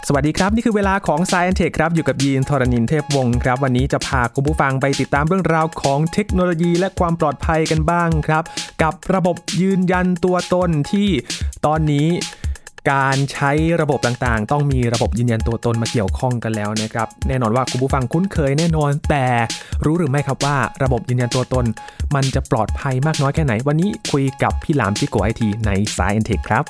สวัสดีครับนี่คือเวลาของ Science Tech ครับอยู่กับยีนทรณินเทพวงศ์ครับวันนี้จะพาคุณผู้ฟังไปติดตามเรื่องราวของเทคโนโลยีและความปลอดภัยกันบ้างครับกับระบบยืนยันตัวตนที่ตอนนี้การใช้ระบบต่างๆต้องมีระบบยืนยันตัวตนมาเกี่ยวข้องกันแล้วนะครับแน่นอนว่าคุณผู้ฟังคุ้นเคยแน่นอนแต่รู้หรือไม่ครับว่าระบบยืนยันตัวตนมันจะปลอดภัยมากน้อยแค่ไหนวันนี้คุยกับพี่หลามจิโกไอทีใน Science Tech ครับ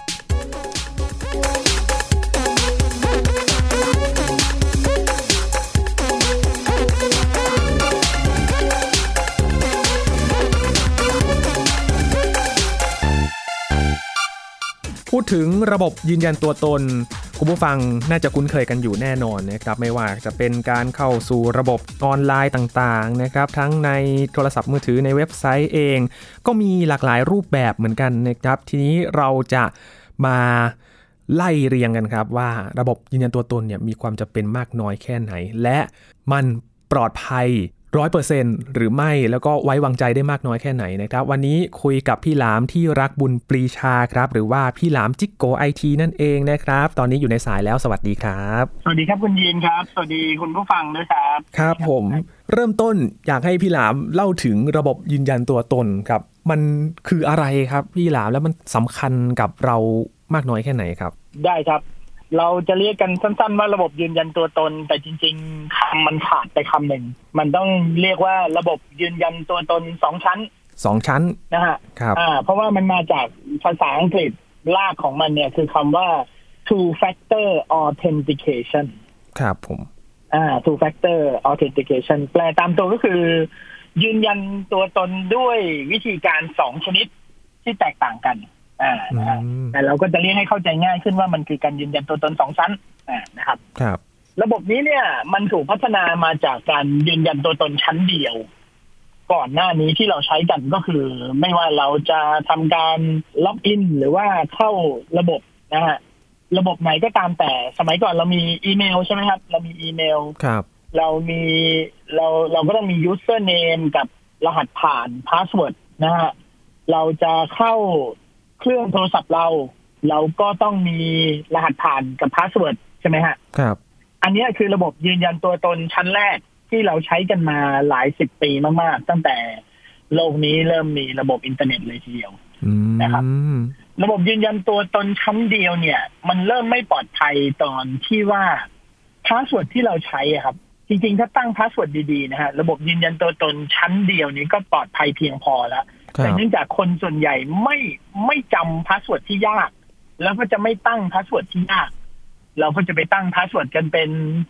พูดถึงระบบยืนยันตัวตนคุณผู้ฟังน่าจะคุ้นเคยกันอยู่แน่นอนนะครับไม่ว่าจะเป็นการเข้าสู่ระบบออนไลน์ต่างๆนะครับทั้งในโทรศัพท์มือถือในเว็บไซต์เองก็มีหลากหลายรูปแบบเหมือนกันนะครับทีนี้เราจะมาไล่เรียงกันครับว่าระบบยืนยันตัวตนเนี่ยมีความจำเป็นมากน้อยแค่ไหนและมันปลอดภัย100% หรือไม่แล้วก็ไว้วางใจได้มากน้อยแค่ไหนนะครับวันนี้คุยกับพี่หลามที่รักบุญปรีชาครับหรือว่าพี่หลามจิโกไอทีนั่นเองนะครับตอนนี้อยู่ในสายแล้วสวัสดีครับสวัสดีครับคุณยีนครับสวัสดีคุณผู้ฟังด้วยครับครับผมเริ่มต้นอยากให้พี่หลามเล่าถึงระบบยืนยันตัวตนครับมันคืออะไรครับพี่หลามแล้วมันสำคัญกับเรามากน้อยแค่ไหนครับได้ครับเราจะเรียกกันสั้นๆว่าระบบยืนยันตัวตนแต่จริงๆคำมันขาดไปคำหนึ่งมันต้องเรียกว่าระบบยืนยันตัวตน2 ชั้น 2 ชั้นนะฮะครับเพราะว่ามันมาจากภาษาอังกฤษรากของมันเนี่ยคือคำว่า two factor authentication ครับผม two factor authentication แปลตามตัวก็คือยืนยันตัวตนด้วยวิธีการ2 ชนิดที่แตกต่างกันแต่เราก็จะเรียกให้เข้าใจง่ายขึ้นว่ามันคือการยืนยันตัวตน2 ชั้นนะครับครับระบบนี้เนี่ยมันถูกพัฒนามาจากการยืนยันตัวตนชั้นเดียวก่อนหน้านี้ที่เราใช้กันก็คือไม่ว่าเราจะทำการล็อกอินหรือว่าเข้าระบบนะฮะระบบไหนก็ตามแต่สมัยก่อนเรามีอีเมลใช่ไหมครับเรามีอีเมลครับเราก็ต้องมี username กับรหัสผ่าน password นะฮะเราจะเข้าเครื่องโทรศัพท์เราก็ต้องมีรหัสผ่านกับพาสเวิร์ดใช่ไหมฮะครับอันนี้คือระบบยืนยันตัวตนชั้นแรกที่เราใช้กันมาหลาย10 ปีมากๆตั้งแต่โลกนี้เริ่มมีระบบอินเทอร์เน็ตเลยทีเดียวนะครับระบบยืนยันตัวตนชั้นเดียวเนี่ยมันเริ่มไม่ปลอดภัยตอนที่ว่าพาสเวิร์ดที่เราใช้ครับจริงๆถ้าตั้งพาสเวิร์ดดีๆนะฮะระบบยืนยันตัวตนชั้นเดียวนี้ก็ปลอดภัยเพียงพอแล้วแต่เนื่องจากคนส่วนใหญ่ไม่จำพาสเวิร์ดที่ยากแล้วก็จะไม่ตั้งพาสเวิร์ดที่ยากเราก็จะไปตั้งพาสเวิร์ดกันเป็น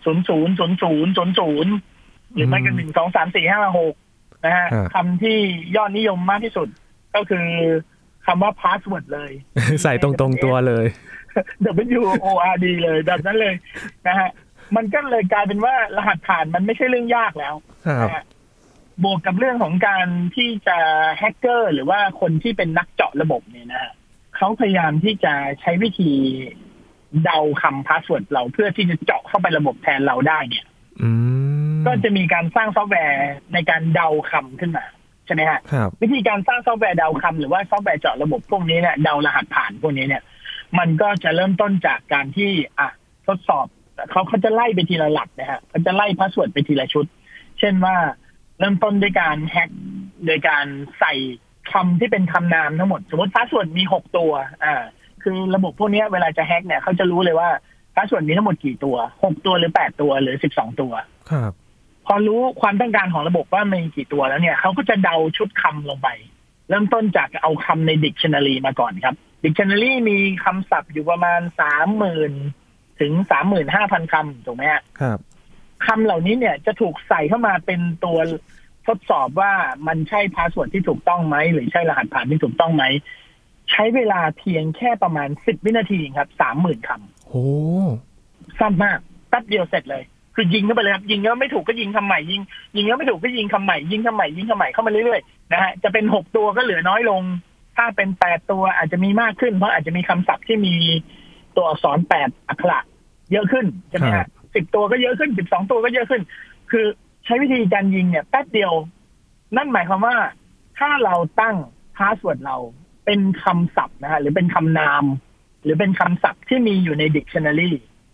000000หรือไม่ก็1 2 3 4 5 6นะฮะคำที่ยอดนิยมมากที่สุดก็คือคำว่าพาสเวิร์ดเลยใส่ตรงๆตัวเลย WORD เลยแบบนั้นเลยนะฮะมันก็เลยกลายเป็นว่ารหัสผ่านมันไม่ใช่เรื่องยากแล้วบวกกับเรื่องของการที่จะแฮกเกอร์หรือว่าคนที่เป็นนักเจาะระบบเนี่ยนะฮะเขาพยายามที่จะใช้วิธีเดาคำพาสเวิร์ดเราเพื่อที่จะเจาะเข้าไประบบแทนเราได้เนี่ยก็จะมีการสร้างซอฟต์แวร์ในการเดาคำขึ้นมาใช่ไหมฮะวิธีการสร้างซอฟต์แวร์เดาคำหรือว่าซอฟต์แวร์เจาะระบบพวกนี้เนี่ยเดารหัสผ่านพวกนี้เนี่ยมันก็จะเริ่มต้นจากการที่ทดสอบเขาจะไล่ไปทีละหลักนะฮะเขาจะไล่พาสเวิร์ดไปทีละชุดเช่นว่าเริ่มต้นด้วยการแฮกโดยการใส่คำที่เป็นคำนามทั้งหมดสมมติพาสเวิร์ดมี6 ตัวคือระบบพวกนี้เวลาจะแฮกเนี่ยเขาจะรู้เลยว่าพาสเวิร์ดมีทั้งหมดกี่ตัว6 ตัวหรือ8 ตัวหรือ12 ตัวครับพอรู้ความต้องการของระบบว่ามีกี่ตัวแล้วเนี่ยเขาก็จะเดาชุดคำลงไปเริ่มต้นจากเอาคำใน dictionary มาก่อนครับ dictionary มีคำศัพท์อยู่ประมาณ 30,000 ถึง 35,000 คำถูกไหมครับคำเหล่านี้เนี่ยจะถูกใส่เข้ามาเป็นตัวทดสอบว่ามันใช่พาสเวิร์ดที่ถูกต้องไหมหรือใช่รหัสผ่านที่ถูกต้องไหมใช้เวลาเพียงแค่ประมาณ10 วินาทีครับ 30,000 คำโอ้สั้นมากแป๊บเดียวเสร็จเลยคือยิงเข้าไปเลยครับยิงแล้วไม่ถูกก็ยิงคำใหม่ยิงแล้วไม่ถูกก็ยิงคำใหม่ยิงคำใหม่เข้ามาเรื่อยๆนะฮะจะเป็น6 ตัวก็เหลือน้อยลงถ้าเป็น8 ตัวอาจจะมีมากขึ้นเพราะอาจจะมีคำศัพท์ที่มีตัวอักษร8 อักขระเยอะขึ้นใช่ไหมฮะ10 ตัวก็เยอะขึ้น12 ตัวก็เยอะขึ้นคือใช้วิธีการยิงเนี่ยแป๊บเดียวนั่นหมายความว่าถ้าเราตั้งพาสเวิร์ดเราเป็นคำศัพท์นะฮะหรือเป็นคำนามหรือเป็นคำศัพท์ที่มีอยู่ใน dictionary จ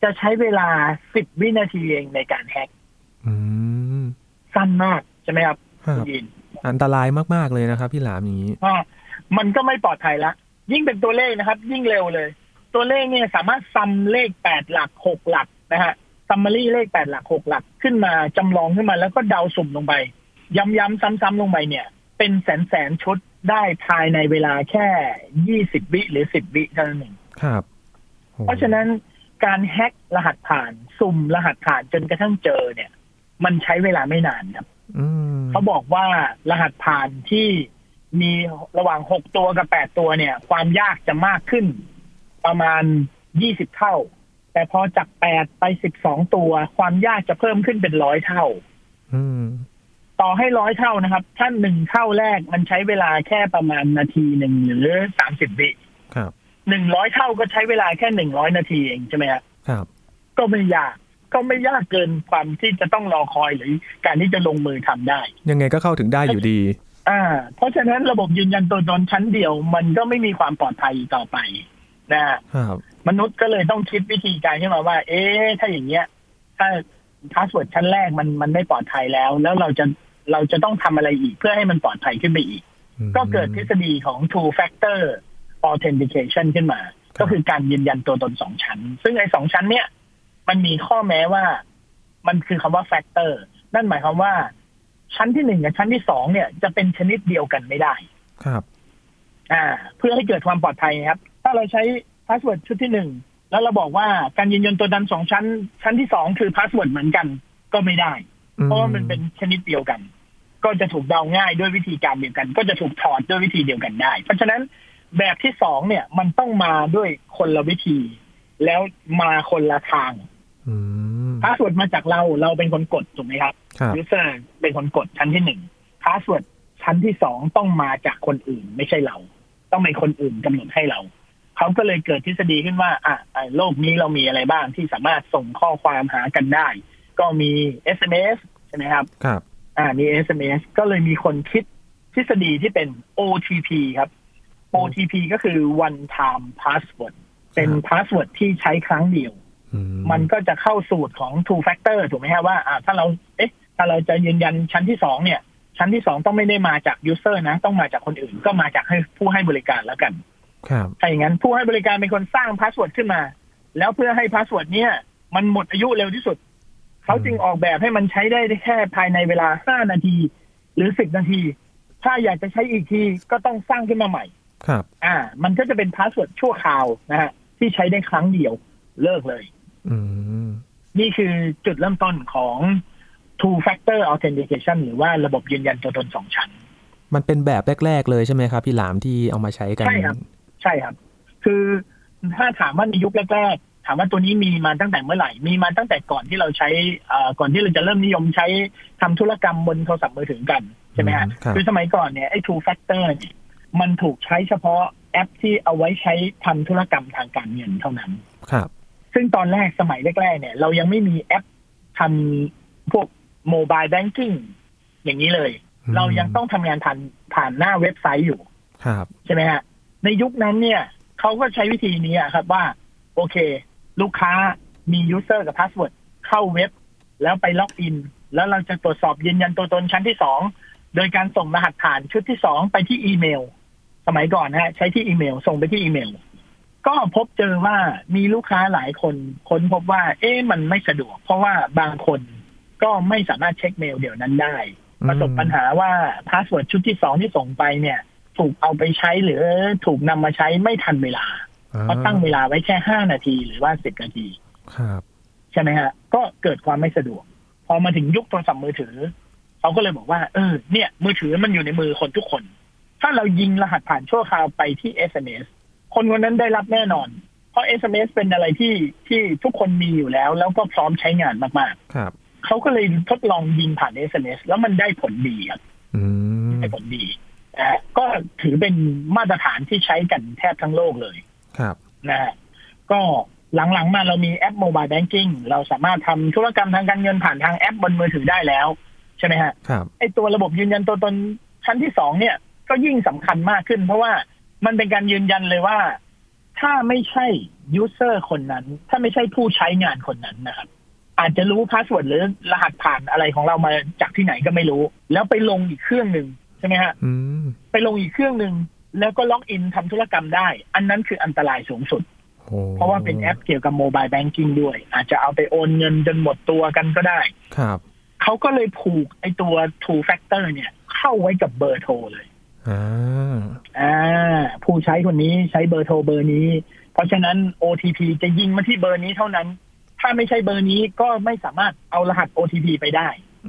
จะใช้เวลา10 วินาทีเองในการแฮกสั้นมากใช่ไหมครับยินอันตรายมากๆเลยนะครับพี่หลามอย่างนี้มันก็ไม่ปลอดภัยละยิ่งเป็นตัวเลขนะครับยิ่งเร็วเลยตัวเลขเนี่ยสามารถซัมเลข8หลัก6หลักนะฮะซัมมารีเลข8หลัก6หลักขึ้นมาจำลองขึ้นมาแล้วก็เดาสุ่มลงไปย้ำๆซ้ำๆลงไปเนี่ยเป็นแสนชุดได้ภายในเวลาแค่20วิหรือ10วิเท่านั้นเองครับเพราะฉะนั้นการแฮกรหัสผ่านสุ่มรหัสผ่านจนกระทั่งเจอเนี่ยมันใช้เวลาไม่นานครับเขาบอกว่ารหัสผ่านที่มีระหว่าง6ตัวกับ8ตัวเนี่ยความยากจะมากขึ้นประมาณ20เท่าแต่พอจาก8ไป12ตัวความยากจะเพิ่มขึ้นเป็น100เท่าต่อให้100เท่านะครับถ้า1เท่าแรกมันใช้เวลาแค่ประมาณนาทีนึงหรือ30วิครับ 100เท่าก็ใช้เวลาแค่100นาทีเองใช่ไหมครับก็ไม่ยากเกินความที่จะต้องรอคอยหรือการที่จะลงมือทำได้ยังไงก็เข้าถึงได้อยู่ดีเพราะฉะนั้นระบบยืนยันตัวตนชั้นเดียวมันก็ไม่มีความปลอดภัยต่อไปนะครับมนุษย์ก็เลยต้องคิดวิธีการขึ้นมาว่าถ้าอย่างเงี้ยถ้าพาสเวิร์ดชั้นแรกมันไม่ปลอดภัยแล้วเราจะต้องทำอะไรอีกเพื่อให้มันปลอดภัยขึ้นไปอีกก็เกิดทฤษฎีของ two factor authentication ขึ้นมาก็คือการยืนยันตัวตน2ชั้นซึ่งไอ้2ชั้นเนี้ยมันมีข้อแม้ว่ามันคือคำว่า factor นั่นหมายความว่าชั้นที่1กับชั้นที่2เนี่ยจะเป็นชนิดเดียวกันไม่ได้ครับเพื่อให้เกิดความปลอดภัยครับถ้าเราใช้พาสเวิร์ดชุดที่1แล้วเราบอกว่าการยืนยันตัวตน2ชั้นที่2คือพาสเวิร์ดเหมือนกันก็ไม่ได้เพราะว่ามันเป็นชนิดเดียวกันก็จะถูกเดาง่ายด้วยวิธีการเดียวกันก็จะถูกถอดด้วยวิธีเดียวกันได้เพราะฉะนั้นแบบที่2เนี่ยมันต้องมาด้วยคนละวิธีแล้วมาคนละทางพาสเวิร์ดมาจากเราเป็นคนกดถูกไหมครับยูเซอร์เป็นคนกดชั้นที่1พาสเวิร์ดชั้นที่2ต้องมาจากคนอื่นไม่ใช่เราต้องเป็นคนอื่นกำหนดให้เราเขาก็เลยเกิดทฤษฎีขึ้นว่าโลกนี้เรามีอะไรบ้างที่สามารถส่งข้อความหากันได้ก็มี SMS ใช่ไหมครับครับมี SMS ก็เลยมีคนคิดทฤษฎีที่เป็น OTP ครับ OTP ก็คือ one time password เป็นพาสเวิร์ดที่ใช้ครั้งเดียวมันก็จะเข้าสูตรของ two factor ถูกไหมครับว่าถ้าเราจะยืนยันชั้นที่2เนี่ยชั้นที่2ต้องไม่ได้มาจาก user นะต้องมาจากคนอื่นก็มาจากผู้ให้บริการแล้วกันถ้าอย่างนั้นผู้ให้บริการเป็นคนสร้างพาสเวิร์ดขึ้นมาแล้วเพื่อให้พาสเวิร์ดเนี่ยมันหมดอายุเร็วที่สุดเขาจึงออกแบบให้มันใช้ได้แค่ภายในเวลา5นาทีหรือ10นาทีถ้าอยากจะใช้อีกทีก็ต้องสร้างขึ้นมาใหม่ครับมันก็จะเป็นพาสเวิร์ดชั่วคราวนะฮะที่ใช้ได้ครั้งเดียวเลิกเลยนี่คือจุดเริ่มต้นของ two factor authentication หรือว่าระบบยืนยันตัวตน2ชั้นมันเป็นแบบแรกๆเลยใช่ไหมครับพี่หลามที่เอามาใช้กันใช่ครับคือถ้าถามว่าในยุคแรกๆถามว่าตัวนี้มีมาตั้งแต่เมื่อไหร่มีมาตั้งแต่ก่อนที่เราใช้ก่อนที่เราจะเริ่มนิยมใช้ทำธุรกรรมบนโทรศัพท์มือถือกันใช่ไหมฮะคือสมัยก่อนเนี่ยไอ้ two factor เนี่ยมันถูกใช้เฉพาะแอปที่เอาไว้ใช้ทำธุรกรรมทางการเงินเท่านั้นครับซึ่งตอนแรกสมัยแรกๆเนี่ยเรายังไม่มีแอปทำพวกโมบายแบงกิ้งอย่างนี้เลยเรายังต้องทำงานผ่านหน้าเว็บไซต์อยู่ใช่ไหมฮะในยุคนั้นเนี่ยเขาก็ใช้วิธีนี้ครับว่าโอเคลูกค้ามียูเซอร์กับพาสเวิร์ดเข้าเว็บแล้วไปล็อกอินแล้วเราจะตรวจสอบยืนยันตัวตนชั้นที่2โดยการส่งรหัสผ่านชุดที่2ไปที่อีเมลสมัยก่อนนะฮะใช้ที่อีเมลส่งไปที่อีเมลก็พบเจอว่ามีลูกค้าหลายคนค้นพบว่ามันไม่สะดวกเพราะว่าบางคนก็ไม่สามารถเช็คเมลเดี๋ยวนั้นได้ประสบปัญหาว่าพาสเวิร์ดชุดที่2ที่ส่งไปเนี่ยถูกเอาไปใช้หรือถูกนำมาใช้ไม่ทันเวลาเพราะตั้งเวลาไว้แค่5นาทีหรือว่า10นาทีใช่ไหมฮะก็เกิดความไม่สะดวกพอมาถึงยุคโทรศัพท์มือถือเขาก็เลยบอกว่าเนี่ยมือถือมันอยู่ในมือคนทุกคนถ้าเรายิงรหัสผ่านชั่วคราวไปที่ SMS คนคนนั้นได้รับแน่นอนเพราะ SMS เป็นอะไรที่ทุกคนมีอยู่แล้วก็พร้อมใช้งานมากๆครับเขาก็เลยทดลองยิงผ่าน SMS แล้วมันได้ผลดีครับได้ผลดีก็ถือเป็นมาตรฐานที่ใช้กันแทบทั้งโลกเลยครับนะฮะก็หลังๆมาเรามีแอปโมบายแบงกิ้งเราสามารถทำธุรกรรมทางการเงินผ่านทางแอปบนมือถือได้แล้วใช่ไหมฮะไอตัวระบบยืนยันตัวตนชั้นที่2เนี่ยก็ยิ่งสำคัญมากขึ้นเพราะว่ามันเป็นการยืนยันเลยว่าถ้าไม่ใช่ยูเซอร์คนนั้นถ้าไม่ใช่ผู้ใช้งานคนนั้นนะครับอาจจะรู้พาสเวิร์ดหรือรหัสผ่านอะไรของเรามาจากที่ไหนก็ไม่รู้แล้วไปลงอีกเครื่องนึงใช่ไหมฮะไปลงอีกเครื่องนึงแล้วก็ล็อกอินทำธุรกรรมได้อันนั้นคืออันตรายสูงสุดเพราะว่าเป็นแอปเกี่ยวกับโมบายแบงกิ้งด้วยอาจจะเอาไปโอนเงินจนหมดตัวกันก็ได้ครับเขาก็เลยผูกไอตัว Two Factor เนี่ยเข้าไว้กับเบอร์โทรเลยผู้ใช้คนนี้ใช้เบอร์โทรเบอร์นี้เพราะฉะนั้น OTP จะยิงมาที่เบอร์นี้เท่านั้นถ้าไม่ใช่เบอร์นี้ก็ไม่สามารถเอารหัส OTP ไปได้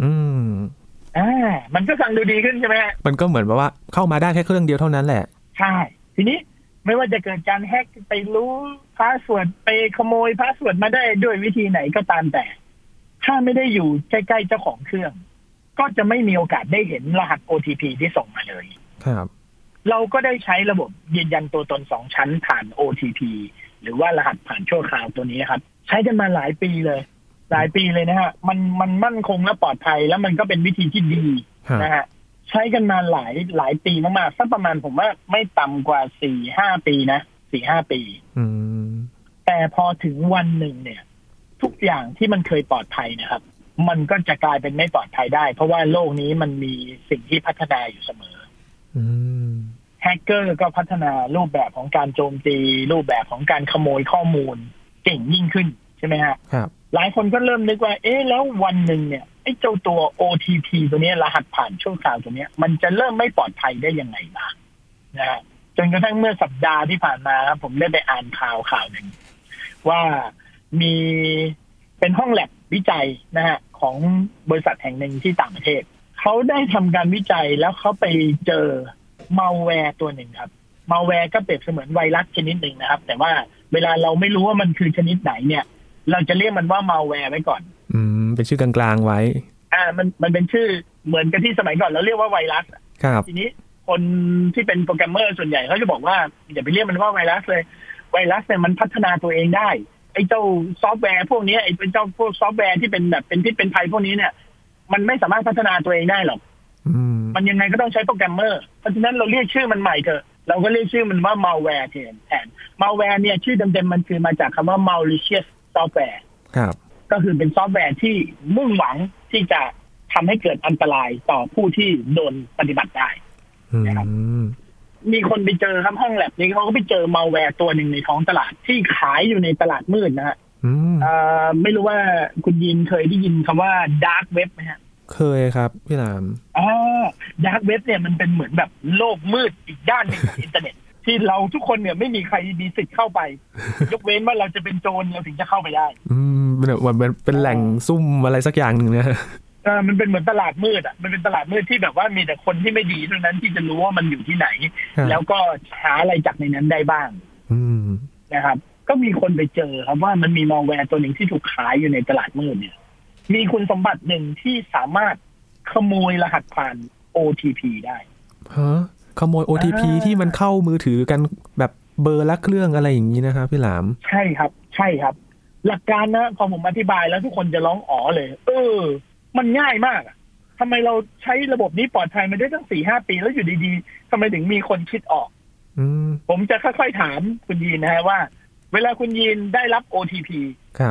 มันก็ฟังดูดีขึ้นใช่ไหมมันก็เหมือนว่าเข้ามาได้แค่เครื่องเดียวเท่านั้นแหละใช่ทีนี้ไม่ว่าจะเกิดการแฮกไปรู้พาสเวิร์ดไปขโมยพาสเวิร์ดมาได้ด้วยวิธีไหนก็ตามแต่ถ้าไม่ได้อยู่ใกล้ๆเจ้าของเครื่องก็จะไม่มีโอกาสได้เห็นรหัส OTP ที่ส่งมาเลยครับเราก็ได้ใช้ระบบยืนยันตัวตน2ชั้นผ่าน OTP หรือว่ารหัสผ่านชั่วคราวตัวนี้ครับใช้กันมาหลายปีเลยนะฮะมันมั่นคงและปลอดภัยแล้วมันก็เป็นวิธีที่ดีนะฮะใช้กันมาหลายปีมากๆสักประมาณผมว่าไม่ต่ำกว่า 4-5 ปีนะ 4-5 ปีแต่พอถึงวันหนึ่งเนี่ยทุกอย่างที่มันเคยปลอดภัยนะครับมันก็จะกลายเป็นไม่ปลอดภัยได้เพราะว่าโลกนี้มันมีสิ่งที่พัฒนาอยู่เสมอแฮกเกอร์ก็พัฒนารูปแบบของการโจมตีรูปแบบของการขโมยข้อมูลเก่งยิ่งขึ้นใช่ไหมฮะหลายคนก็เริ่มนึกว่าแล้ววันหนึ่งเนี่ยไอ้เจ้าตัว OTP ตัวนี้รหัสผ่านชั่วคราวตัวนี้มันจะเริ่มไม่ปลอดภัยได้ยังไงบ้างนะฮะจนกระทั่งเมื่อสัปดาห์ที่ผ่านมาครับผมได้ไปอ่านข่าวหนึ่งว่ามีเป็นห้องแลบวิจัยนะฮะของบริษัทแห่งหนึ่งที่ต่างประเทศเขาได้ทำการวิจัยแล้วเขาไปเจอมัลแวร์ตัวหนึ่งครับมัลแวร์ก็เปรียบเสมือนไวรัสชนิดหนึ่งนะครับแต่ว่าเวลาเราไม่รู้ว่ามันคือชนิดไหนเนี่ยเราจะเรียกมันว่ามัลแวร์ไว้ก่อนเป็นชื่อกลางๆไว้มันเป็นชื่อเหมือนกับที่สมัยก่อนเราเรียกว่าไวรัสครับทีนี้คนที่เป็นโปรแกรมเมอร์ส่วนใหญ่เขาจะบอกว่าอย่าไปเรียกมันว่าไวรัสเลยไวรัสเนี่ยมันพัฒนาตัวเองได้ไอ้เจ้าซอฟต์แวร์พวกนี้ไอ้เป็นเจ้าพวกซอฟต์แวร์ที่เป็นแบบเป็นพิษเป็นภัยพวกนี้เนี่ยมันไม่สามารถพัฒนาตัวเองได้หรอกมันยังไงก็ต้องใช้โปรแกรมเมอร์เพราะฉะนั้นเราเรียกชื่อมันใหม่เถอะเราก็เรียกชื่อมันว่า malware แทน malware เนี่ยชื่อเต็มๆมันคือมาจากคำว่า malicious software ครับก็คือเป็นซอฟต์แวร์ที่มุ่งหวังที่จะทำให้เกิดอันตรายต่อผู้ที่โดนปฏิบัติได้นะครับมีคนไปเจอครับห้องแลบนี้เขาก็ไปเจอ malware ตัวหนึ่งในท้องตลาดที่ขายอยู่ในตลาดมืดนะฮะไม่รู้ว่าคุณยินเคยได้ยินคำว่า dark web ไหมฮะเคยครับพี่หลามดาร์กเว็บเนี่ยมันเป็นเหมือนแบบโลกมืดอีกด้านหนึ่งของอินเทอร์เน็ตที่เราทุกคนเนี่ยไม่มีใครมีสิทธิ์เข้าไปยกเว้นว่าเราจะเป็นโจรเราถึงจะเข้าไปได้มันเป็นแหล่งซุ่มอะไรสักอย่างหนึ่งนะมันเป็นเหมือนตลาดมืดอ่ะมันเป็นตลาดมืดที่แบบว่ามีแต่คนที่ไม่ดีเท่านั้นที่จะรู้ว่ามันอยู่ที่ไหนแล้วก็หาอะไรจากในนั้นได้บ้างนะครับก็มีคนไปเจอครับว่ามันมีมัลแวร์ตัวหนึ่งที่ถูกขายอยู่ในตลาดมืดเนี่ยมีคุณสมบัติหนึ่งที่สามารถขโมยรหัสผ่าน OTP ได้ขโมย OTP ที่มันเข้ามือถือกันแบบเบอร์ละเครื่องอะไรอย่างนี้นะครับพี่หลามใช่ครับหลักการนะพอผมอธิบายแล้วทุกคนจะร้องอ๋อเลยมันง่ายมากทำไมเราใช้ระบบนี้ปลอดภัยมาได้ตั้ง 4-5 ปีแล้วอยู่ดีๆทำไมถึงมีคนคิดออกผมจะค่อยๆถามคุณยีนนะฮะว่าเวลาคุณยีนได้รับ OTP ครับ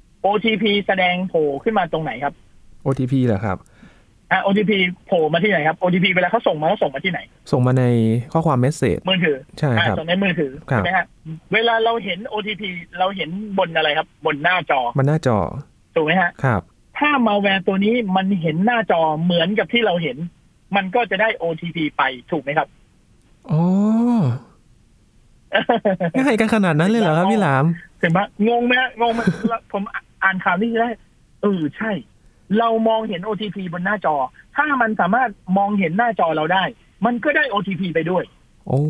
OTP แสดงโผล่ขึ้นมาตรงไหนครับ OTP เหรอครับ OTP โผล่มาที่ไหนครับ OTP เวลาเขาส่งมาที่ไหนส่งมาในข้อความเมสเสจมือถือใช่ครับส่งในมือถือใช่ไหมฮะเวลาเราเห็น OTP เราเห็นบนอะไรครับบนหน้าจอบนหน้าจอถูกไหมฮะครับถ้ามาแวร์ตัวนี้มันเห็นหน้าจอเหมือนกับที่เราเห็นมันก็จะได้ OTP ไปถูกไหมครับอ๋อง่ายกันขนาดนั้นเลยเหรอครับพี่หลามเห็นปะงงไหมผมอ่านข่าวนี้ได้ใช่เรามองเห็น OTP บนหน้าจอถ้ามันสามารถมองเห็นหน้าจอเราได้มันก็ได้ OTP ไปด้วยโอ้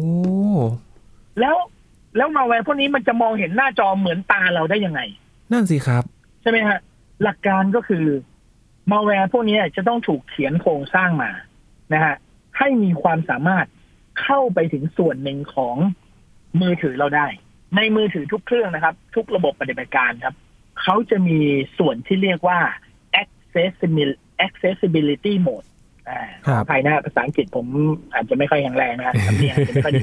แล้วมาแวร์พวกนี้มันจะมองเห็นหน้าจอเหมือนตาเราได้ยังไงนั่นสิครับใช่ไหมฮะหลักการก็คือมาแวร์พวกนี้จะต้องถูกเขียนโครงสร้างมานะฮะให้มีความสามารถเข้าไปถึงส่วนหนึ่งของมือถือเราได้ในมือถือทุกเครื่องนะครับทุกระบบปฏิบัติการครับเขาจะมีส่วนที่เรียกว่า accessibility mode ขออภัยนะภาษาอังกฤษผมอาจจะไม่ค่อยแข็งแรงนะสำเนียงอาจจะไม่ค่อยดี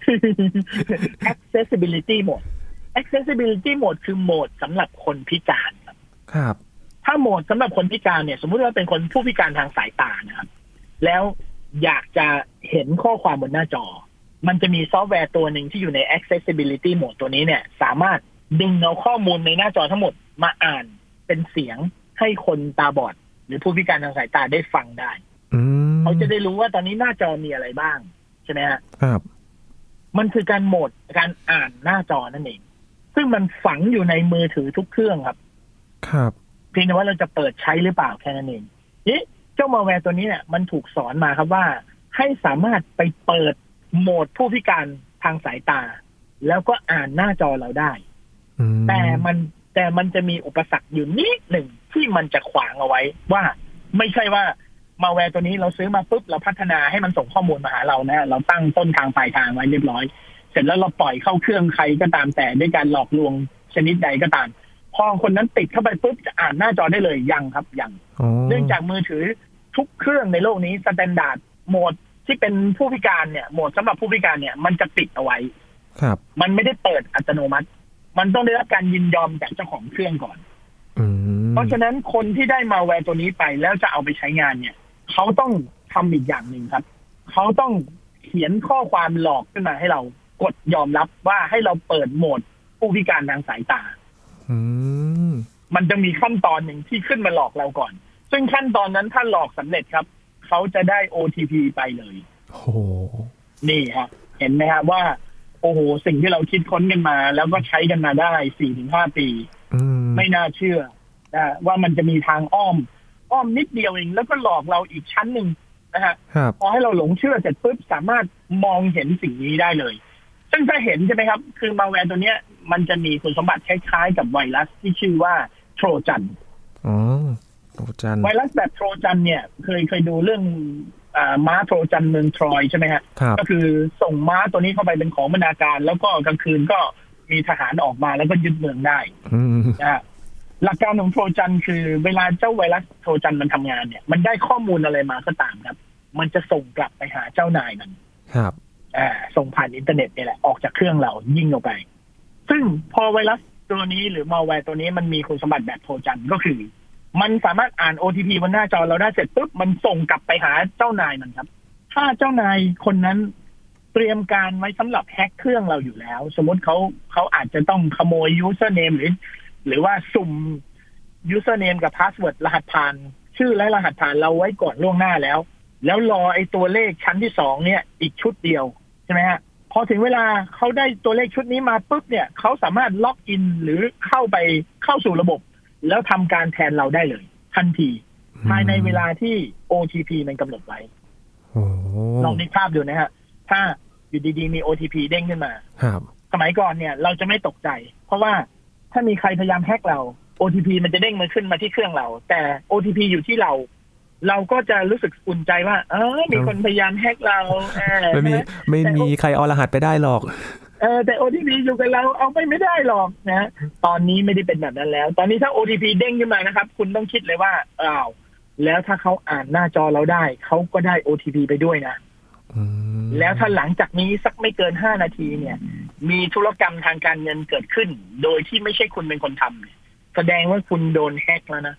accessibility mode accessibility mode คือโหมดสำหรับคนพิการครับถ้าโหมดสำหรับคนพิการเนี่ยสมมุติว่าเป็นคนผู้พิการทางสายตานะครับแล้วอยากจะเห็นข้อความบนหน้าจอมันจะมีซอฟต์แวร์ตัวหนึ่งที่อยู่ใน accessibility mode ตัวนี้เนี่ยสามารถดึงเอาข้อมูลในหน้าจอทั้งหมดมาอ่านเป็นเสียงให้คนตาบอดหรือผู้พิการทางสายตาได้ฟังได้เขาจะได้รู้ว่าตอนนี้หน้าจอมีอะไรบ้างใช่ไหมฮะครับมันคือการโหมดการอ่านหน้าจอนั่นเองซึ่งมันฝังอยู่ในมือถือทุกเครื่องครับครับเพียงแต่ว่าเราจะเปิดใช้หรือเปล่าแค่นั้นเองเจ้ามาแวร์ตัวนี้เนี่ยมันถูกสอนมาครับว่าให้สามารถไปเปิดโหมดผู้พิการทางสายตาแล้วก็อ่านหน้าจอเราได้แต่มันจะมีอุปสรรคอยู่นิดหนึ่งที่มันจะขวางเอาไว้ว่าไม่ใช่ว่ามาแวร์ตัวนี้เราซื้อมาปุ๊บเราพัฒนาให้มันส่งข้อมูลมาหาเรานะเราตั้งต้นทางปลายทางไว้เรียบร้อยเสร็จแล้วเราปล่อยเข้าเครื่องใครก็ตามแต่ด้วยการหลอกลวงชนิดใดก็ตามพอคนนั้นติดเข้าไปปุ๊บจะอ่านหน้าจอได้เลยยังครับยังเนื่องจากมือถือทุกเครื่องในโลกนี้สแตนดาร์ดโหมดที่เป็นผู้พิการเนี่ยโหมดสำหรับผู้พิการเนี่ยมันจะติดเอาไว้ครับมันไม่ได้เปิดอัตโนมัติมันต้องได้รับการยินยอมจากเจ้าของเครื่องก่อนเพราะฉะนั้นคนที่ได้มาแวร์ตัวนี้ไปแล้วจะเอาไปใช้งานเนี่ยเขาต้องทำอีกอย่างหนึ่งครับเขาต้องเขียนข้อความหลอกขึ้นมาให้เรากดยอมรับว่าให้เราเปิดโหมดผู้พิการทางสายตามันจะมีขั้นตอนหนึ่งที่ขึ้นมาหลอกเราก่อนซึ่งขั้นตอนนั้นถ้าหลอกสำเร็จครับเขาจะได้ OTP ไปเลยโอ้นี่ฮะเห็นไหมครับว่าโอ้โหสิ่งที่เราคิดค้นกันมาแล้วก็ใช้กันมาได้ 4-5 ปีไม่น่าเชื่อนะว่ามันจะมีทางอ้อมนิดเดียวเองแล้วก็หลอกเราอีกชั้นหนึ่งนะฮะพอให้เราหลงเชื่อเสร็จปุ๊บสามารถมองเห็นสิ่งนี้ได้เลยซึ่งถ้าเห็นใช่ไหมครับคือมาแวร์ตัวเนี้ยมันจะมีคุณสมบัติคล้ายๆกับไวรัสที่ชื่อว่าโทรจันโทรจันไวรัสแบบโทรจันเนี่ยเคยดูเรื่องม้าโทรจันเมืองทรอยใช่ไหมฮะก็คือส่งม้าตัวนี้เข้าไปเป็นของบรรณาการแล้วก็กลางคืนก็มีทหารออกมาแล้วก็ยึดเมืองได้นะฮะหลักการของโทรจันคือเวลาเจ้าไวรัสโทรจันมันทำงานเนี่ยมันได้ข้อมูลอะไรมาก็ตามครับมันจะส่งกลับไปหาเจ้านายมันครับส่งผ่านอินเทอร์เน็ตนี่แหละออกจากเครื่องเรายิงออกไปซึ่งพอไวรัสตัวนี้หรือมาแวร์ตัวนี้มันมีคุณสมบัติแบบโทรจันก็คือมันสามารถอ่าน OTP บนหน้าจอเราได้เสร็จปุ๊บมันส่งกลับไปหาเจ้านายมันครับถ้าเจ้านายคนนั้นเตรียมการไว้สำหรับแฮ็กเครื่องเราอยู่แล้วสมมติเขาอาจจะต้องขโมย username หรือว่าสุ่ม username กับ password รหัสผ่านชื่อและรหัสผ่านเราไว้ก่อนล่วงหน้าแล้วรอไอ้ตัวเลขชั้นที่2เนี่ยอีกชุดเดียวใช่ไหมฮะพอถึงเวลาเขาได้ตัวเลขชุดนี้มาปุ๊บเนี่ยเขาสามารถล็อกอินหรือเข้าสู่ระบบแล้วทำการแทนเราได้เลยทันทีภายในเวลาที่ OTP มันกำหนดไว้ลองนึกภาพดูนะฮะถ้าอยู่ดีๆมี OTP เด้งขึ้นมาสมัยก่อนเนี่ยเราจะไม่ตกใจเพราะว่าถ้ามีใครพยายามแฮกเรา OTP มันจะเด้งมาขึ้นมาที่เครื่องเราแต่ OTP อยู่ที่เราก็จะรู้สึกอุ่นใจว่ามีคนพยายามแฮกเราไม่มีใครเอารหัสไปได้หรอกแต่ OTP อยู่กับเราเอาไปไม่ได้หรอกนะตอนนี้ไม่ได้เป็นแบบนั้นแล้วตอนนี้ถ้า OTP เด้งขึ้นมานะครับคุณต้องคิดเลยว่าแล้วถ้าเขาอ่านหน้าจอเราได้เขาก็ได้ OTP ไปด้วยนะแล้วถ้าหลังจากนี้สักไม่เกิน5 นาทีเนี่ยมีธุรกรรมทางการเงินเกิดขึ้นโดยที่ไม่ใช่คุณเป็นคนทำแสดงว่าคุณโดนแฮกแล้วนะ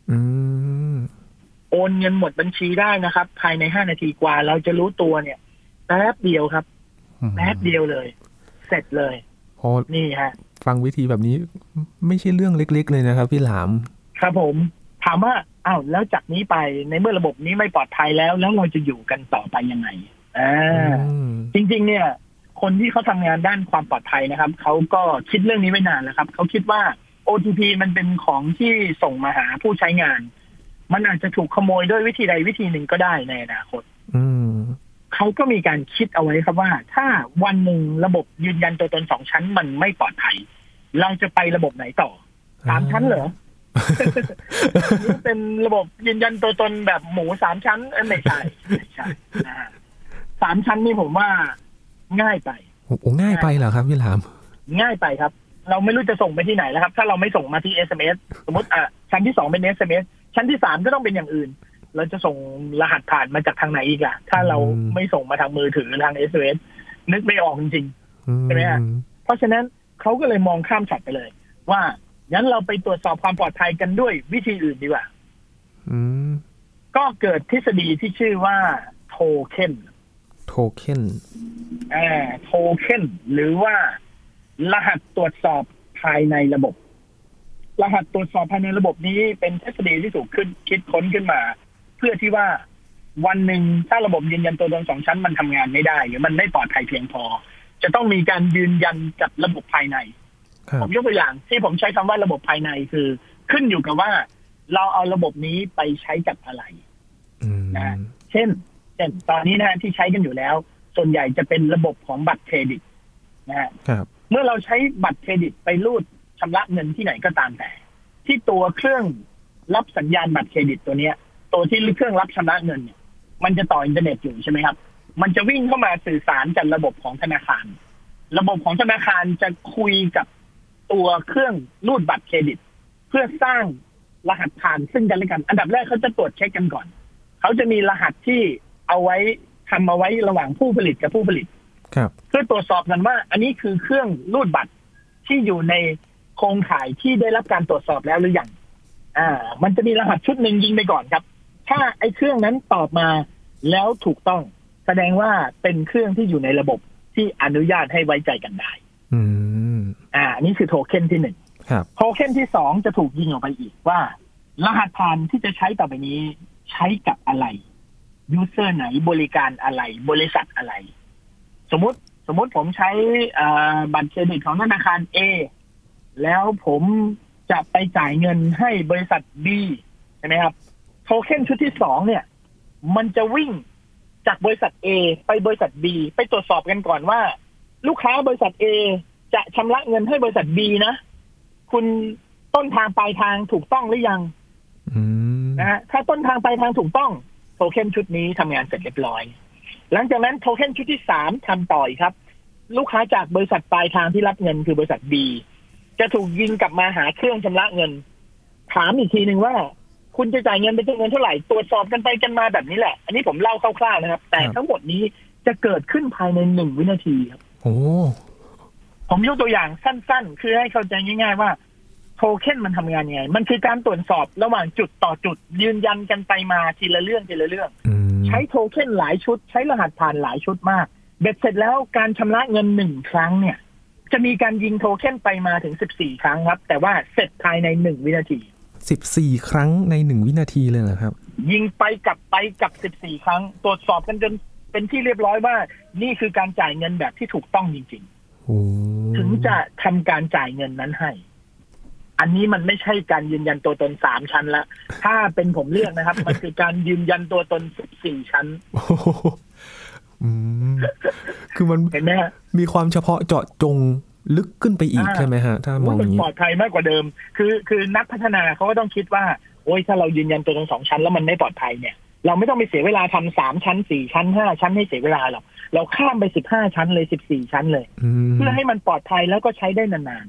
โอนเงินหมดบัญชีได้นะครับภายใน5 นาทีกว่าเราจะรู้ตัวเนี่ยแป๊บเดียวครับแป๊บเดียวเลยเสร็จเลยนี่ฮะฟังวิธีแบบนี้ไม่ใช่เรื่องเล็กๆเลยนะครับพี่หลามครับผมถามว่าแล้วจากนี้ไปในเมื่อระบบนี้ไม่ปลอดภัยแล้วเราจะอยู่กันต่อไปยังไงจริงๆเนี่ยคนที่เขาทำงานด้านความปลอดภัยนะครับเขาก็คิดเรื่องนี้ไว้นานแล้วครับเขาคิดว่า OTP มันเป็นของที่ส่งมาหาผู้ใช้งานมันอาจจะถูกขโมยด้วยวิธีใดวิธีหนึ่งก็ได้ในอนาคตเขาก็มีการคิดเอาไว้ครับว่าถ้าวันหนึ่งระบบยืนยันตัวตน2 ชั้นมันไม่ปลอดภัยเราจะไประบบไหนต่อ3 ชั้นเหรอ เป็นระบบยืนยันตัวตนแบบหมู3 ชั้นไม่ใช่3 ชั้นนี่ผมว่าง่ายไปง่ายไปเหรอครับพี่หลามง่ายไปครับเราไม่รู้จะส่งไปที่ไหนแล้วครับถ้าเราไม่ส่งมาที่ SMS สมมติชั้นที่2เป็น SMS ชั้นที่3ก็ต้องเป็นอย่างอื่นเราจะส่งรหัสผ่านมาจากทางไหนอีกล่ะถ้าเราไม่ส่งมาทางมือถือทาง SMS นึกไม่ออกจริงๆใช่ไหมฮะเพราะฉะนั้นเขาก็เลยมองข้ามช็อตไปเลยว่างั้นเราไปตรวจสอบความปลอดภัยกันด้วยวิธีอื่นดีกว่าก็เกิดทฤษฎีที่ชื่อว่าโทเค็นโทเค็นหรือว่ารหัสตรวจสอบภายในระบบรหัสตรวจสอบภายในระบบนี้เป็นทฤษฎีที่ถูกคิดค้นขึ้นมาเพื่อที่ว่าวันหนึ่งถ้าระบบยืนยันตัวตน2 ชั้นมันทำงานไม่ได้หรือมันไม่ปลอดภัยเพียงพอจะต้องมีการยืนยันกับระบบภายในผมยกตัวอย่างที่ผมใช้คำว่าระบบภายในคือขึ้นอยู่กับว่าเราเอาระบบนี้ไปใช้กับอะไรนะเช่นตอนนี้นะที่ใช้กันอยู่แล้วส่วนใหญ่จะเป็นระบบของบัตรเครดิตนะฮะเมื่อเราใช้บัตรเครดิตไปรูดชำระเงินที่ไหนก็ตามแต่ที่ตัวเครื่องรับสัญญาณบัตรเครดิตตัวเนี้ยตัวที่เครื่องรับชำระเงินเนี่ยมันจะต่ออินเทอร์เน็ตอยู่ใช่ไหมครับมันจะวิ่งเข้ามาสื่อสารกับระบบของธนาคารระบบของธนาคารจะคุยกับตัวเครื่องรูดบัตรเครดิตเพื่อสร้างรหัสผ่านซึ่งกันและกันอันดับแรกเขาจะตรวจเช็คกันก่อนเขาจะมีรหัสที่เอาไว้ทำเอาไว้ระหว่างผู้ผลิตกับผู้ผลิตเพื่อตรวจสอบกันว่าอันนี้คือเครื่องรูดบัตรที่อยู่ในโครงข่ายที่ได้รับการตรวจสอบแล้วหรือยังมันจะมีรหัสชุดหนึ่งยิงไปก่อนครับถ้าไอ้เครื่องนั้นตอบมาแล้วถูกต้องแสดงว่าเป็นเครื่องที่อยู่ในระบบที่อนุญาตให้ไว้ใจกันได้นี่คือโทเค็นที่1โทเค็นที่2จะถูกยิงออกไปอีกว่ารหัสผ่านที่จะใช้ต่อไปนี้ใช้กับอะไรยูเซอร์ไหนบริการอะไรบริษัทอะไรสมมติผมใช้บัตรเครดิตของธนาคาร A แล้วผมจะไปจ่ายเงินให้บริษัท B ใช่ไหมครับโทเค็นชุดที่2เนี่ยมันจะวิ่งจากบริษัท A ไปบริษัท B ไปตรวจสอบกันก่อนว่าลูกค้าบริษัท A จะชำระเงินให้บริษัท B นะคุณต้นทางปลายทางถูกต้องหรือยังนะฮะถ้าต้นทางปลายทางถูกต้องโทเค็นชุดนี้ทำงานเสร็จเรียบร้อยหลังจากนั้นโทเค็นชุดที่3ทำต่อครับลูกค้าจากบริษัทปลายทางที่รับเงินคือบริษัท B จะถูกยิงกลับมาหาเครื่องชำระเงินถามอีกทีนึงว่าคุณจะจ่ายเงินเป็นจำนวนเท่าไหร่ตรวจสอบกันไปกันมาแบบนี้แหละอันนี้ผมเล่าคร่าวๆนะครับแต่ทั้งหมดนี้จะเกิดขึ้นภายใน1 วินาทีครับผมยกตัวอย่างสั้นๆคือให้เข้าใจง่ายๆว่าโทเค็นมันทำงานยังไงมันคือการตรวจสอบระหว่างจุดต่อจุดยืนยันกันไปมาทีละเรื่องใช้โทเค็นหลายชุดใช้รหัสผ่านหลายชุดมากเบ็ดเสร็จแล้วการชำระเงิน1 ครั้งเนี่ยจะมีการยิงโทเค็นไปมาถึง14 ครั้งครับแต่ว่าเสร็จภายใน1 วินาที 14 ครั้งใน1 วินาทีเลยเหรอครับยิงไปกลับ14 ครั้งตรวจสอบกันจนเป็นที่เรียบร้อยว่านี่คือการจ่ายเงินแบบที่ถูกต้องจริงๆถึงจะทำการจ่ายเงินนั้นให้อันนี้มันไม่ใช่การยืนยันตัวตน3 ชั้นละถ้าเป็นผมเลือกนะครับมันคือการยืนยันตัวตน14 ชั้นคือมันเห็นไหมมีความเฉพาะเจาะจงลึกขึ้นไปอีกใช่ไหมฮะถ้ามองอย่างนี้ปลอดภัยมากกว่าเดิมคือนักพัฒนาเขาก็ต้องคิดว่าโอ้ยถ้าเรายืนยันตัวตน2 ชั้นแล้วมันไม่ปลอดภัยเนี่ยเราไม่ต้องไปเสียเวลาทำ3 ชั้น4 ชั้น5 ชั้นให้เสียเวลาหรอกเราข้ามไป15 ชั้นเลย14 ชั้นเลยเพื่อให้มันปลอดภัยแล้วก็ใช้ได้นาน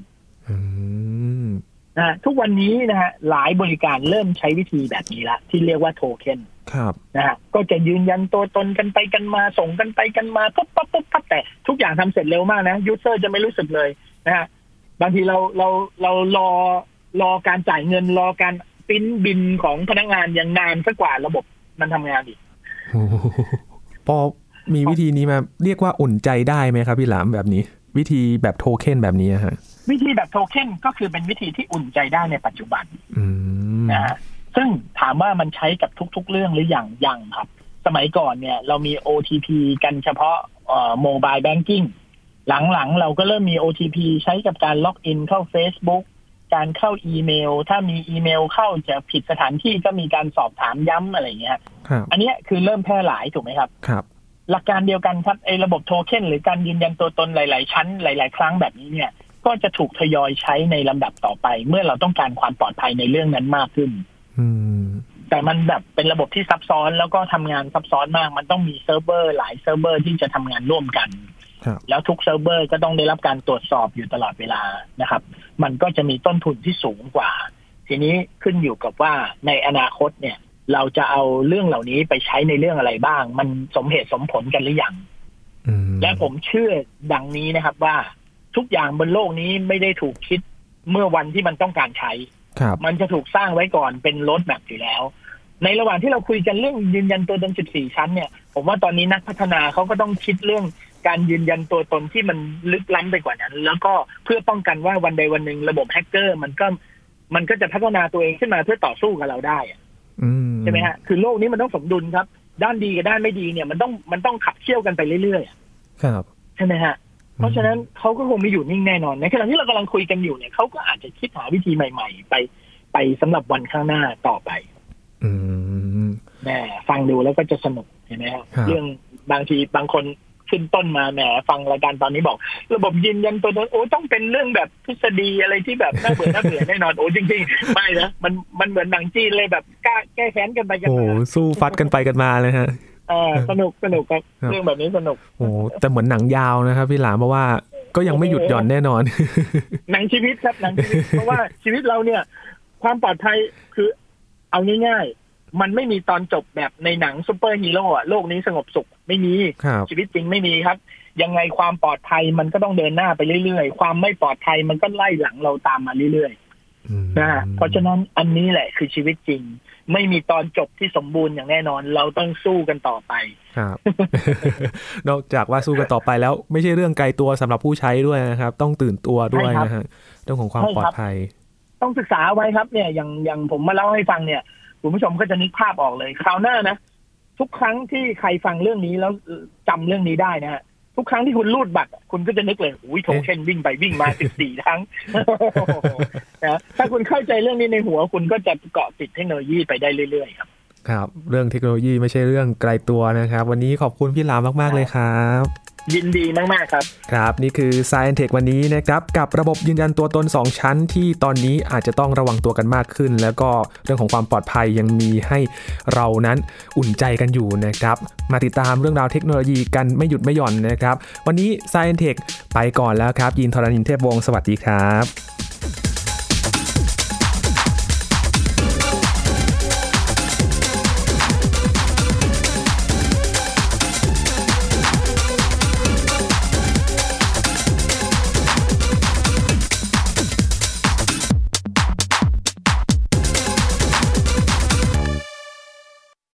ๆทุกวันนี้นะฮะหลายบริการเริ่มใช้วิธีแบบนี้ละที่เรียกว่าโทเค็นนะฮะก็จะยืนยันตัวตนกันไปกันมาส่งกันไปกันมาปุ๊บแต่ทุกอย่างทำเสร็จเร็วมากนะยูเซอร์จะไม่รู้สึกเลยนะฮะบางทีเรารอการจ่ายเงินรอการปริ้นบินของพนักงานอย่างนานซะกว่าระบบมันทำงานอีกพอมีวิธีนี้มาเรียกว่าอุ่นใจได้ไหมครับพี่หลามแบบนี้วิธีแบบโทเค็นแบบนี้ฮะวิธีแบบโทเค็นก็คือเป็นวิธีที่อุ่นใจได้ในปัจจุบันนะฮะซึ่งถามว่ามันใช้กับทุกๆเรื่องหรือยังครับสมัยก่อนเนี่ยเรามี OTP กันเฉพาะMobile Banking หลังๆเราก็เริ่มมี OTP ใช้กับการล็อกอินเข้า Facebook การเข้าอีเมลถ้ามีอีเมลเข้าจะผิดสถานที่ก็มีการสอบถามย้ำอะไรอย่างเงี้ยอันนี้คือเริ่มแพร่หลายถูกไหมครับหลักการเดียวกันครับไอ้ระบบโทเค็นหรือการยืนยันตัวตนหลายๆชั้นหลายๆครั้งแบบนี้เนี่ยก็จะถูกทยอยใช้ในลำดับต่อไปเมื่อเราต้องการความปลอดภัยในเรื่องนั้นมากขึ้นแต่มันแบบเป็นระบบที่ซับซ้อนแล้วก็ทำงานซับซ้อนมากมันต้องมีเซิร์ฟเวอร์หลายเซิร์ฟเวอร์ที่จะทำงานร่วมกันแล้วทุกเซิร์ฟเวอร์ก็ต้องได้รับการตรวจสอบอยู่ตลอดเวลานะครับมันก็จะมีต้นทุนที่สูงกว่าทีนี้ขึ้นอยู่กับว่าในอนาคตเนี่ยเราจะเอาเรื่องเหล่านี้ไปใช้ในเรื่องอะไรบ้างมันสมเหตุสมผลกันหรือยังและผมเชื่อดังนี้นะครับว่าทุกอย่างบนโลกนี้ไม่ได้ถูกคิดเมื่อวันที่มันต้องการใช้มันจะถูกสร้างไว้ก่อนเป็นโรดแมปอยู่แล้วในระหว่างที่เราคุยกันเรื่องยืนยันตัวตน14ชั้นเนี่ยผมว่าตอนนี้นักพัฒนาเขาก็ต้องคิดเรื่องการยืนยันตัวตนที่มันลึกล้ำไปกว่านั้นแล้วก็เพื่อป้องกันว่าวันใดวันหนึ่งระบบแฮกเกอร์มันก็จะพัฒนาตัวเองขึ้นมาเพื่อต่อสู้กับเราได้ใช่ไหมฮะคือโลกนี้มันต้องสมดุลครับด้านดีกับด้านไม่ดีเนี่ยมันต้องขับเคี่ยวกันไปเรื่อยๆครับใช่ไหมฮะเพราะฉะนั้นเขาก็คงไม่อยู่นิ่งแน่นอนในขณะที่เรากำลังคุยกันอยู่เนี่ยเขาก็อาจจะคิดหาวิธีใหม่ๆไปสำหรับวันข้างหน้าต่อไปแหมฟังดูแล้วก็จะสนุกเห็นไหมครับเรื่องบางทีบางคนขึ้นต้นมาแหมฟังรายการตอนนี้บอกระบบยืนยันตัวตนโอ้ต้องเป็นเรื่องแบบทฤษฎีอะไรที่แบบน่าเบื่อแน่นอนโอ้จริงๆไม่นะมันเหมือนหนังจีนเลยแบบแก้แค้นกันไปกันมาโอ้สู้ฟัดกันไปกันมาเลยฮะสนุกครับเรื่องแบบนี้สนุกโอ้แต่เหมือนหนังยาวนะครับพี่หลามเพราะว่าก็ยังไม่หยุดหย่อนแน่นอนหนังชีวิตครับหนังชีวิตเพราะว่าชีวิตเราเนี่ยความปลอดภัยคือเอาง่ายๆมันไม่มีตอนจบแบบในหนังซุปเปอร์ฮีโร่โลกนี้สงบสุขไม่มีชีวิตจริงไม่มีครับยังไงความปลอดภัยมันก็ต้องเดินหน้าไปเรื่อยๆความไม่ปลอดภัยมันก็ไล่หลังเราตามมาเรื่อยๆนะเพราะฉะนั้นอันนี้แหละคือชีวิตจริงไม่มีตอนจบที่สมบูรณ์อย่างแน่นอนเราต้องสู้กันต่อไปครับนอกจากว่าสู้กันต่อไปแล้วไม่ใช่เรื่องไกลตัวสำหรับผู้ใช้ด้วยนะครับต้องตื่นตัวด้วยนะฮะเรื่องของความปลอดภัยต้องศึกษาไว้ครับเนี่ยอย่างผมมาเล่าให้ฟังเนี่ยคุณผู้ชมก็จะนึกภาพออกเลยคราวหน้านะทุกครั้งที่ใครฟังเรื่องนี้แล้วจำเรื่องนี้ได้นะฮะทุกครั้งที่คุณรูดบัตรคุณก็จะนึกเลยอุ้ยโทเค็นวิ่งไปวิ่งมา14ครั้งนะถ้าคุณเข้าใจเรื่องนี้ในหัวคุณก็จะเกาะติดเทคโนโลยีไปได้เรื่อยๆครับครับเรื่องเทคโนโลยีไม่ใช่เรื่องไกลตัวนะครับวันนี้ขอบคุณพี่หลามมากๆเลยครับยินดีมากๆครับครับนี่คือ Science Tech วันนี้นะครับกับระบบยืนยันตัวตน2ชั้นที่ตอนนี้อาจจะต้องระวังตัวกันมากขึ้นแล้วก็เรื่องของความปลอดภัยยังมีให้เรานั้นอุ่นใจกันอยู่นะครับมาติดตามเรื่องราวเทคโนโลยีกันไม่หยุดไม่หย่อนนะครับวันนี้ Science Tech ไปก่อนแล้วครับยินทรณินเทพวงศ์สวัสดีครับ